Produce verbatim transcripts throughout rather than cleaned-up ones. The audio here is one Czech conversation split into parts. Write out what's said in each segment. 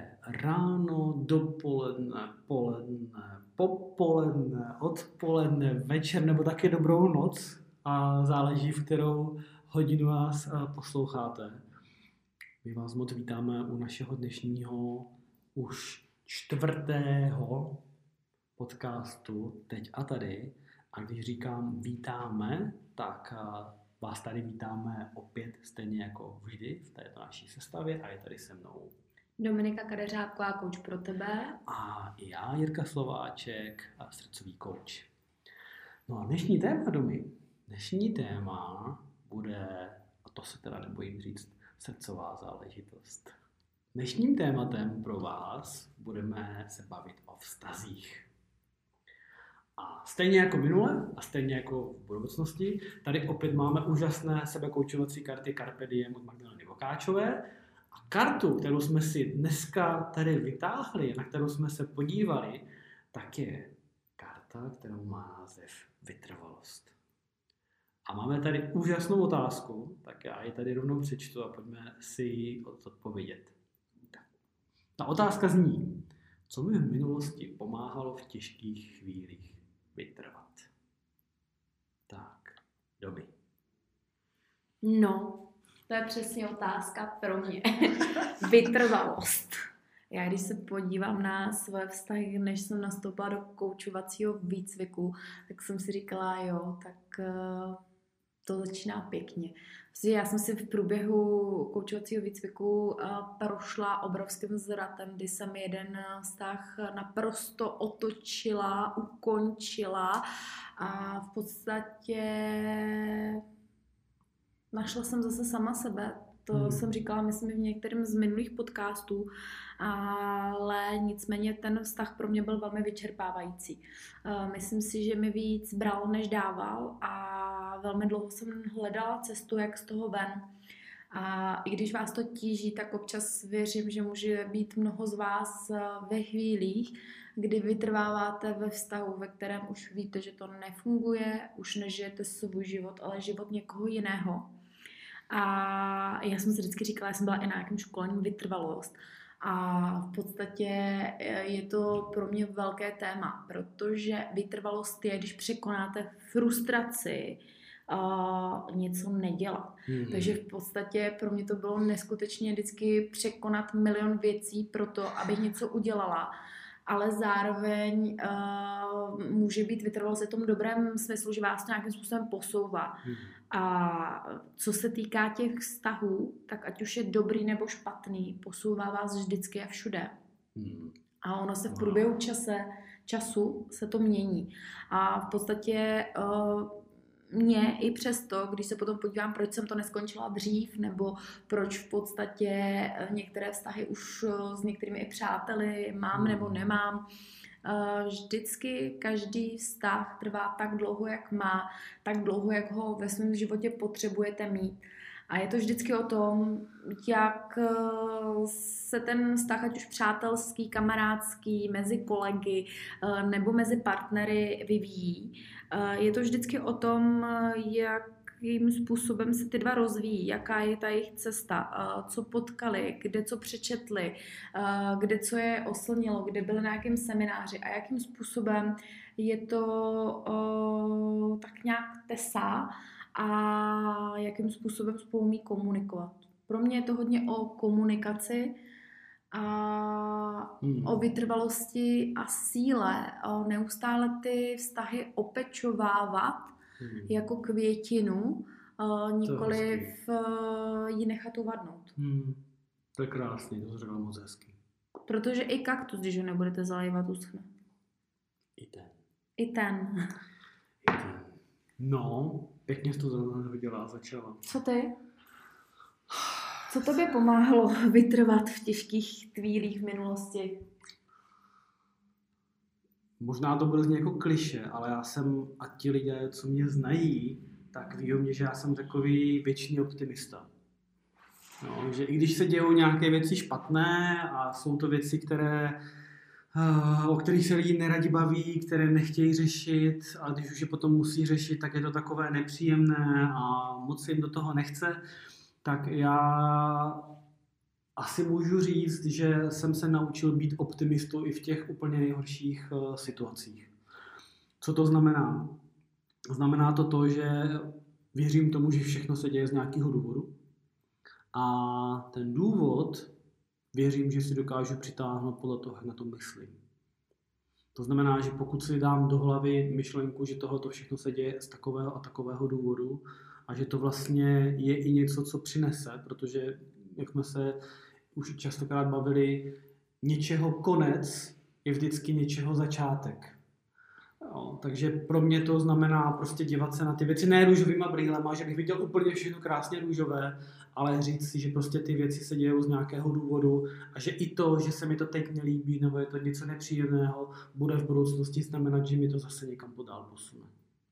ráno, dopoledne, poledne, popoledne, odpoledne, večer nebo taky dobrou noc a záleží, v kterou hodinu vás posloucháte. My vás moc vítáme u našeho dnešního už čtvrtého podcastu Teď a tady. A když říkám vítáme, tak vás tady vítáme opět stejně jako vždy v této naší sestavě a je tady se mnou Dominika Kadeřáková, kouč pro tebe. A já, Jirka Slováček, srdcový kouč. No a dnešní téma, Domi, dnešní téma bude, a to se teda nebojím říct, srdcová záležitost. Dnešním tématem pro vás budeme se bavit o vztazích. A stejně jako minule a stejně jako v budoucnosti, tady opět máme úžasné sebekoučovací karty Carpe Diem od Magdaleny Vokáčové. A kartu, kterou jsme si dneska tady vytáhli, na kterou jsme se podívali, tak je karta, kterou má název Vytrvalost. A máme tady úžasnou otázku, tak já ji tady rovnou přečtu a pojďme si ji odpovědět. Ta otázka zní, co mi v minulosti pomáhalo v těžkých chvílích vytrvat? Tak, Domi. No, to je přesně otázka pro mě. Vytrvalost. Já když se podívám na svoje vztahy, než jsem nastoupila do koučovacího výcviku, tak jsem si říkala, jo, tak uh, to začíná pěkně. Protože já jsem si v průběhu koučovacího výcviku uh, prošla obrovským zvratem, kdy jsem jeden vztah naprosto otočila, ukončila a v podstatě našla jsem zase sama sebe. To hmm. jsem říkala, myslím, v některém z minulých podcastů, ale nicméně ten vztah pro mě byl velmi vyčerpávající. Myslím si, že mi víc bral, než dával a velmi dlouho jsem hledala cestu, jak z toho ven. A i když vás to tíží, tak občas věřím, že může být mnoho z vás ve chvílích, kdy vytrváváte ve vztahu, ve kterém už víte, že to nefunguje, už nežijete svůj život, ale život někoho jiného. A já jsem si vždycky říkala, já jsem byla i na nějakém školení vytrvalost. A v podstatě je to pro mě velké téma, protože vytrvalost je, když překonáte frustraci, uh, něco nedělat. Hmm. Takže v podstatě pro mě to bylo neskutečně vždycky překonat milion věcí pro to, abych něco udělala. Ale zároveň uh, může být vytrvalost v tom dobrém smyslu, že vás to nějakým způsobem posouvá. Hmm. A co se týká těch vztahů, tak ať už je dobrý nebo špatný, posouvá vás vždycky a všude. Hmm. A ono se v průběhu čase, času se to mění. A v podstatě uh, mě i přesto, když se potom podívám, proč jsem to neskončila dřív, nebo proč v podstatě některé vztahy už s některými i přáteli mám nebo nemám, vždycky každý vztah trvá tak dlouho, jak má, tak dlouho, jak ho ve svém životě potřebujete mít. A je to vždycky o tom, jak se ten vztah, ať už přátelský, kamarádský, mezi kolegy nebo mezi partnery vyvíjí. Je to vždycky o tom, jakým způsobem se ty dva rozvíjí, jaká je ta jejich cesta, co potkali, kde co přečetli, kde co je oslnilo, kde byli na nějakém semináři a jakým způsobem je to o, tak nějak tesá a jakým způsobem spolu umí komunikovat. Pro mě je to hodně o komunikaci a hmm. o vytrvalosti a síle, o neustále ty vztahy opečovávat hmm. jako květinu, nikoliv ji nechat uvadnout. Hmm. To je krásný, to řekla moc hezky. Protože i kaktus, když ho nebudete zalévat, uschne. I ten. I ten. I ten. No, pěkně jsi to hodila a začala. Co ty? Co tobě pomáhalo vytrvat v těžkých chvílích v minulosti? Možná to bude znít jako klišé, ale já jsem, a ti lidé, co mě znají, tak ví o mě, že já jsem takový věčný optimista. No, že i když se dějou nějaké věci špatné a jsou to věci, které, o kterých se lidi neradi baví, které nechtějí řešit, a když už je potom musí řešit, tak je to takové nepříjemné a moc se jim do toho nechce, tak já asi můžu říct, že jsem se naučil být optimistou i v těch úplně nejhorších uh, situacích. Co to znamená? Znamená to to, že věřím tomu, že všechno se děje z nějakého důvodu. A ten důvod věřím, že si dokážu přitáhnout podle toho, jak na to myslím. To znamená, že pokud si dám do hlavy myšlenku, že tohle všechno se děje z takového a takového důvodu a že to vlastně je i něco, co přinese, protože, jak jsme se už častokrát bavili, něčeho konec je vždycky něčeho začátek. Jo, takže pro mě to znamená prostě dívat se na ty věci ne růžovýma brýlema, že bych viděl úplně všechno krásně růžové, ale říct si, že prostě ty věci se dějou z nějakého důvodu a že i to, že se mi to teď nelíbí nebo je to něco nepříjemného, bude v budoucnosti znamenat, že mi to zase někam podál posune.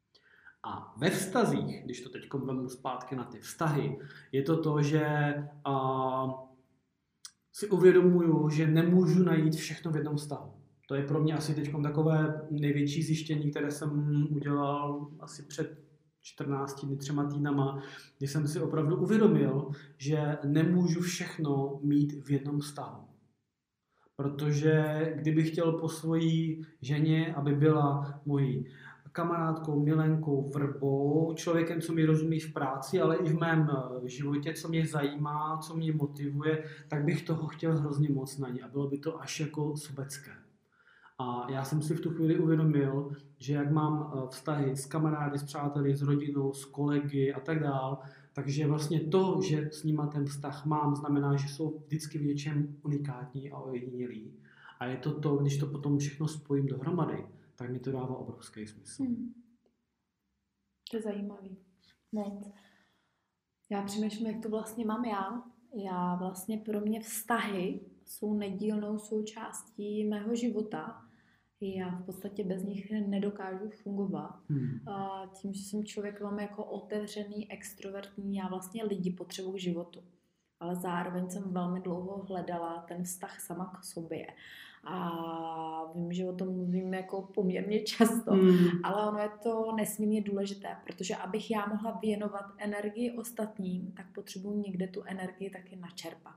A ve vztazích, když to teď vemu zpátky na ty vztahy, je to to, že a, si uvědomuju, že nemůžu najít všechno v jednom vztahu. To je pro mě asi teď takové největší zjištění, které jsem udělal asi před čtrnácti dny, třema týdnama, kdy jsem si opravdu uvědomil, že nemůžu všechno mít v jednom vztahu. Protože kdybych chtěl po svojí ženě, aby byla mojí kamarádkou, milenkou, vrbou, člověkem, co mi rozumí v práci, ale i v mém životě, co mě zajímá, co mě motivuje, tak bych toho chtěl hrozně moc na ní a bylo by to až jako sobecké. A já jsem si v tu chvíli uvědomil, že jak mám vztahy s kamarády, s přáteli, s rodinou, s kolegy a tak dál, takže vlastně to, že s nima ten vztah mám, znamená, že jsou vždycky v něčem unikátní a ojedinělí. A je to to, když to potom všechno spojím dohromady, tak mi to dává obrovský smysl. Hmm. To je zajímavý. Moc. Já přemýšlím, jak to vlastně mám já. Já vlastně pro mě vztahy jsou nedílnou součástí mého života. Já v podstatě bez nich nedokážu fungovat. Hmm. Tím, že jsem člověk velmi jako otevřený, extrovertní, já vlastně lidi potřebuji k životu. Ale zároveň jsem velmi dlouho hledala ten vztah sama k sobě. A vím, že o tom mluvím jako poměrně často, hmm. ale ono je to nesmírně důležité, protože abych já mohla věnovat energii ostatním, tak potřebuji někde tu energii taky načerpat.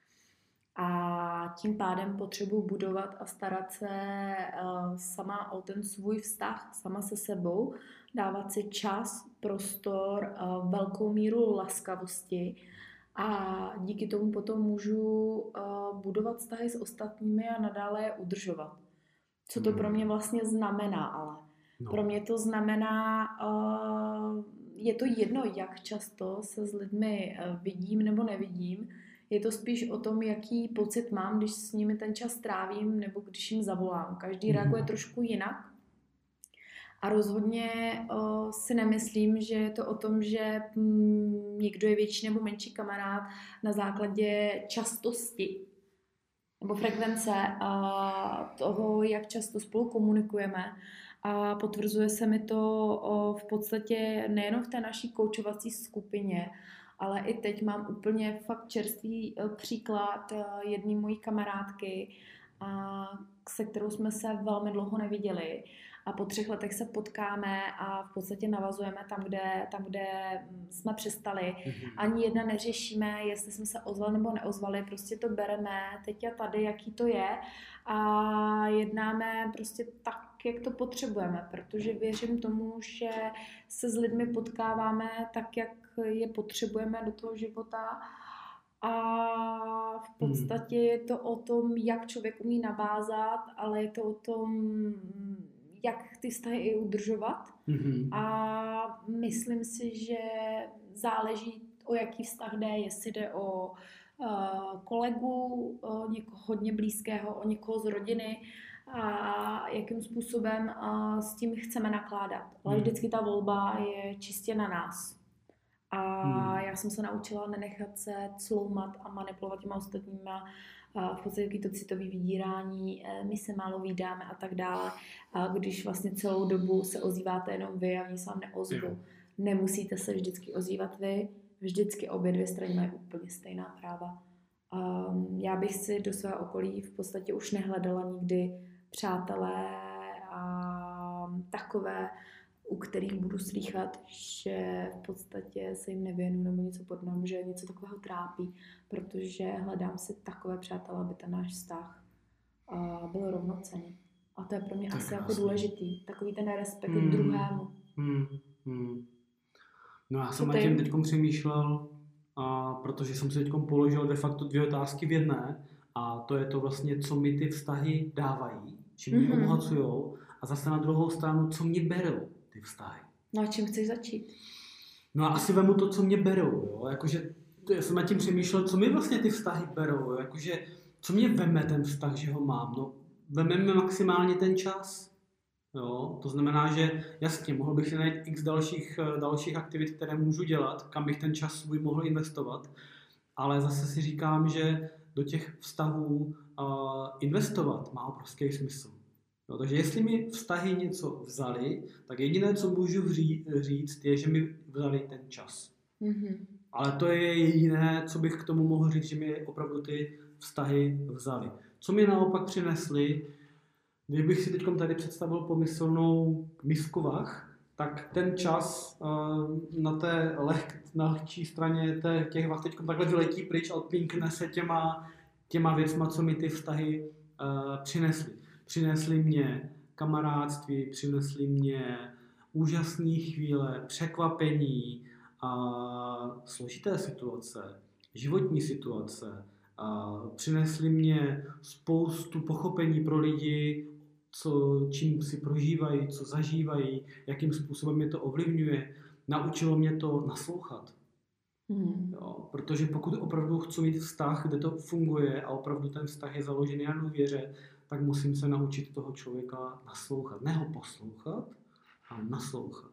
A tím pádem potřebuji budovat a starat se uh, sama o ten svůj vztah, sama se sebou, dávat si čas, prostor, uh, velkou míru laskavosti a díky tomu potom můžu uh, budovat vztahy s ostatními a nadále je udržovat. Co to pro mě vlastně znamená ale? No. Pro mě to znamená, uh, je to jedno, jak často se s lidmi uh, vidím nebo nevidím, je to spíš o tom, jaký pocit mám, když s nimi ten čas trávím nebo když jim zavolám. Každý mm. reaguje trošku jinak. A rozhodně o, si nemyslím, že je to o tom, že hm, někdo je větší nebo menší kamarád na základě častosti nebo frekvence a toho, jak často spolu komunikujeme. A potvrzuje se mi to o, v podstatě nejenom v té naší koučovací skupině, ale i teď mám úplně fakt čerstvý příklad jedné mojí kamarádky, se kterou jsme se velmi dlouho neviděli. A po třech letech se potkáme a v podstatě navazujeme tam, kde, tam, kde jsme přestali. Mm-hmm. Ani jedna neřešíme, jestli jsme se ozvali nebo neozvali, prostě to bereme teď a tady, jaký to je a jednáme prostě tak, jak to potřebujeme, protože věřím tomu, že se s lidmi potkáváme tak, jak je potřebujeme do toho života a v podstatě je to o tom, jak člověk umí navázat, ale je to o tom, jak ty vztahy i udržovat. Mm-hmm. A myslím si, že záleží, o jaký vztah jde, jestli jde o uh, kolegu, o někoho hodně blízkého, o někoho z rodiny a jakým způsobem uh, s tím chceme nakládat. Ale vždycky ta volba je čistě na nás. A mm. já jsem se naučila nenechat se cloumat a manipulovat těma ostatníma. V podstatě to citové vydírání, my se málo vídáme a tak dále. A když vlastně celou dobu se ozýváte jenom vy a oni se vám neozvou. Nemusíte se vždycky ozývat vy, vždycky obě dvě strany mají úplně stejná práva. A já bych si do svého okolí v podstatě už nehledala nikdy přátelé a takové, u kterých budu slýchat, že v podstatě se jim nevěnu nebo něco podobného, že něco takového trápí, protože hledám si takové přátelé, aby ten náš vztah uh, byl rovnocenný. A to je pro mě tak asi krásný. jako důležitý, takový ten respekt Hmm. k druhému. Hmm. Hmm. No já Co jsem na ty? tím teďkom přemýšlel, a protože jsem si teďkom položil de facto dvě otázky v jedné, a to je to vlastně, co mi ty vztahy dávají, čím mě Mhm. obohacujou, a zase na druhou stranu, co mě berou ty vztahy. No a čím chceš začít? No a asi vemu to, co mě berou, jo, jakože já jsem nad tím přemýšlel, co mi vlastně ty vztahy berou, jo? Jakože co mě veme ten vztah, že ho mám, no veme mi maximálně ten čas, jo, to znamená, že jasně, mohl bych si najít x dalších, dalších aktivit, které můžu dělat, kam bych ten čas svůj mohl investovat, ale zase si říkám, že do těch vztahů uh, investovat má obrovský smysl. Jo, takže jestli mi vztahy něco vzali, tak jediné, co můžu ří, říct, je, že mi vzali ten čas. Mm-hmm. Ale to je jediné, co bych k tomu mohl říct, že mi opravdu ty vztahy vzali. Co mi naopak přinesli, kdybych si teď tady představil pomyslnou misku vah, tak ten čas uh, na té leh, na lehčí straně té, těch vah teď takhle vyletí pryč a odpínkne se těma, těma věcma, co mi ty vztahy uh, přinesly. Přinesly mě kamarádství, přinesly mě úžasné chvíle, překvapení, a složité situace, životní situace. A přinesly mě spoustu pochopení pro lidi, co, čím si prožívají, co zažívají, jakým způsobem mě to ovlivňuje. Naučilo mě to naslouchat. Hmm. Jo, protože pokud opravdu chci mít vztah, kde to funguje a opravdu ten vztah je založený na důvěře, tak musím se naučit toho člověka naslouchat. Ne ho poslouchat, ale naslouchat.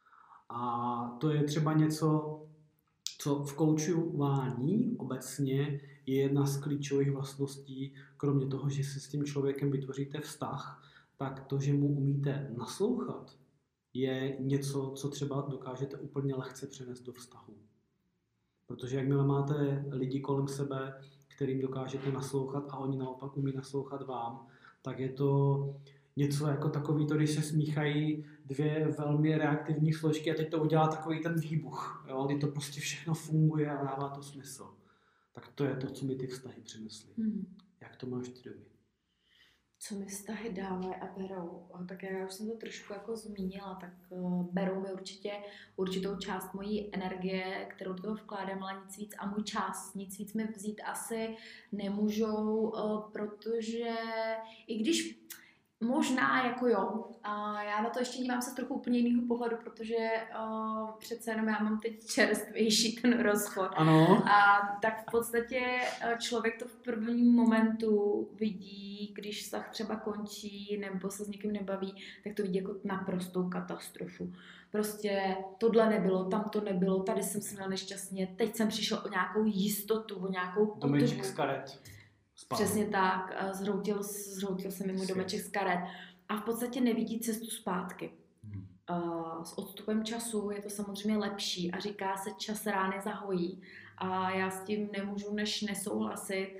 A to je třeba něco, co v koučování obecně je jedna z klíčových vlastností, kromě toho, že si s tím člověkem vytvoříte vztah, tak to, že mu umíte naslouchat, je něco, co třeba dokážete úplně lehce přenést do vztahu. Protože jakmile máte lidi kolem sebe, kterým dokážete naslouchat a oni naopak umí naslouchat vám, tak je to něco jako takový to, když se smíchají dvě velmi reaktivní složky a teď to udělá takový ten výbuch, jo? Kdy to prostě všechno funguje a dává to smysl. Tak to je to, co mi ty vztahy přinesly. Hmm. Jak to máš ty doby? Co mi vztahy dávají a berou, tak já už jsem to trošku jako zmínila, tak uh, berou mi určitě určitou část mojí energie, kterou do toho vkládám, ale nic víc a můj čas, nic víc mi vzít asi nemůžou, uh, protože i když možná jako jo, a já na to ještě dívám se z trochu úplně jiného pohledu, protože uh, přece jenom já mám teď čerstvější ten rozchod. Ano. A tak v podstatě člověk to v prvním momentu vidí, když vztah třeba končí nebo se s někým nebaví, tak to vidí jako naprostou katastrofu. Prostě tohle nebylo, tam to nebylo, tady jsem se měl nešťastně, teď jsem přišel o nějakou jistotu, o nějakou potřebu. Domeček z karet. Spál. Přesně tak, zhroutil, zhroutil se mi můj domeček z karet a v podstatě nevidí cestu zpátky. Hmm. Uh, s odstupem času je to samozřejmě lepší a říká se, čas rány zahojí a já s tím nemůžu než nesouhlasit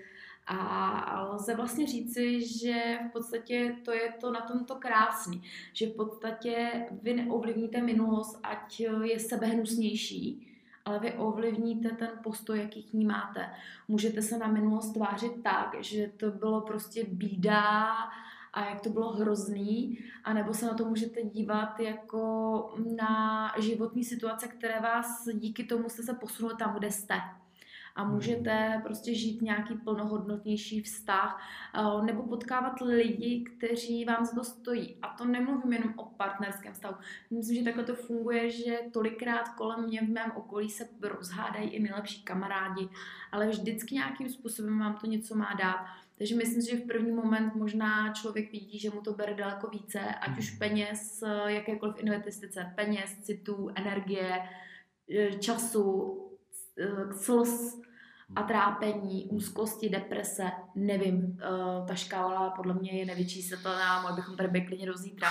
a lze vlastně říci, že v podstatě to je to na tomto krásný, že v podstatě vy neovlivníte minulost, ať je sebehnusnější, ale vy ovlivníte ten postoj, jaký k ní máte. Můžete se na minulost tvářit tak, že to bylo prostě bída a jak to bylo hrozný, anebo se na to můžete dívat jako na životní situace, které vás díky tomu jste se posunuli tam, kde jste. A můžete prostě žít nějaký plnohodnotnější vztah nebo potkávat lidi, kteří vám za to stojí. A to nemluvím jenom o partnerském vztahu. Myslím, že takhle to funguje, že tolikrát kolem mě v mém okolí se rozhádají i nejlepší kamarádi, ale vždycky nějakým způsobem vám to něco má dát. Takže myslím, že v první moment možná člověk vidí, že mu to bere daleko více, ať už peněz, jakékoliv investice, peněz, citů, energie, času, slz a trápení, úzkosti, deprese, nevím, ta škála podle mě je nevyčíslitelná, mohli bychom tady být klidně do zítra.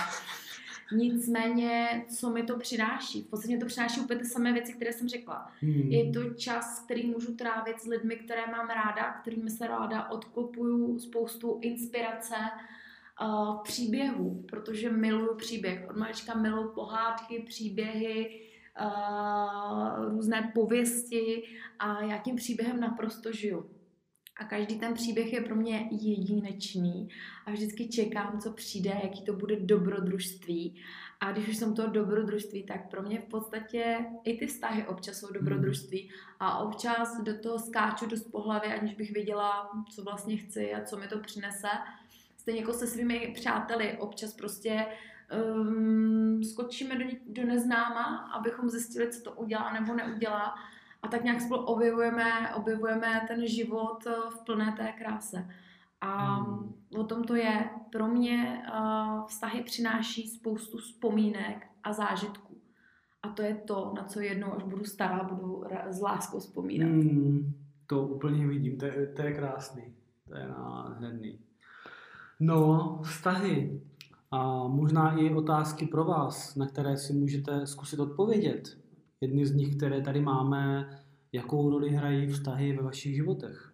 Nicméně, co mi to přináší? V podstatě to přináší úplně ty samé věci, které jsem řekla. Hmm. Je to čas, který můžu trávit s lidmi, které mám ráda, kterými se ráda odklopuju, spoustu inspirace uh, příběhů, protože miluju příběh. Od malička miluju pohádky, příběhy, uh, různé pověsti a já tím příběhem naprosto žiju. A každý ten příběh je pro mě jedinečný a vždycky čekám, co přijde, jaký to bude dobrodružství. A když už jsem to dobrodružství, tak pro mě v podstatě i ty vztahy občas jsou dobrodružství. A občas do toho skáču dost po hlavě, aniž bych věděla, co vlastně chci a co mi to přinese. Stejně jako se svými přáteli občas prostě um, skočíme do, do neznáma, abychom zjistili, co to udělá nebo neudělá. A tak nějak spolu objevujeme, objevujeme ten život v plné té kráse. A hmm. o tom to je. Pro mě uh, vztahy přináší spoustu vzpomínek a zážitků. A to je to, na co jednou, až budu stará, budu s láskou vzpomínat. Hmm, to úplně vidím, to je, to je krásný. To je nádherný. No, vztahy. A možná i otázky pro vás, na které si můžete zkusit odpovědět. Jedny z nich, které tady máme, jakou roli hrají vztahy ve vašich životech.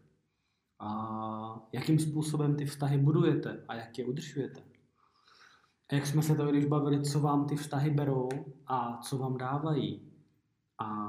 A jakým způsobem ty vztahy budujete a jak je udržujete. A jak jsme se tady když bavili, co vám ty vztahy berou a co vám dávají. A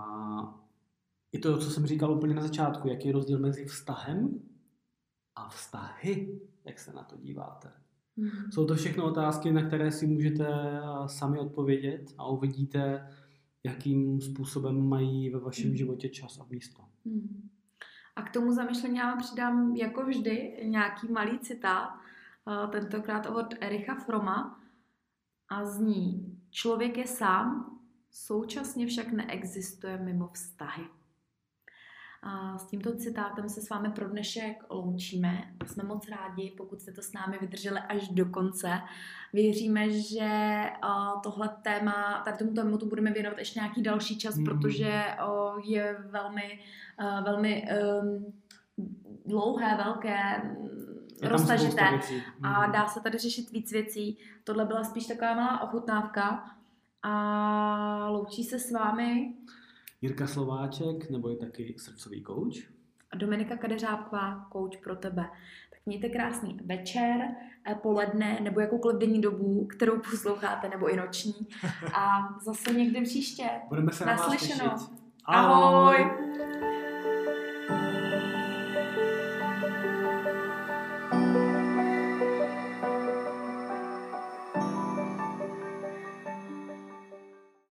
i to, co jsem říkal úplně na začátku, jaký je rozdíl mezi vztahem a vztahy, jak se na to díváte. Mm. Jsou to všechno otázky, na které si můžete sami odpovědět a uvidíte, jakým způsobem mají ve vašem mm. životě čas a místo. Mm. A k tomu zamyšlení já vám přidám jako vždy nějaký malý citát, tentokrát od Ericha Froma a zní: člověk je sám, současně však neexistuje mimo vztahy. A s tímto citátem se s vámi pro dnešek loučíme. Jsme moc rádi, pokud jste to s námi vydrželi až do konce. Věříme, že tohle téma, tady tomu tématu budeme věnovat ještě nějaký další čas, mm. protože je velmi, velmi um, dlouhé, velké, roztažité a dá se tady řešit víc věcí. Tohle byla spíš taková malá ochutnávka a loučí se s vámi Jirka Slováček, nebo je taky srdcový kouč. A Dominika Kadeřábková, kouč pro tebe. Tak mějte krásný večer, poledne, nebo jakoukoliv denní dobu, kterou posloucháte, nebo i noční. A zase někdy příště. Budeme se na vás těšit. Ahoj!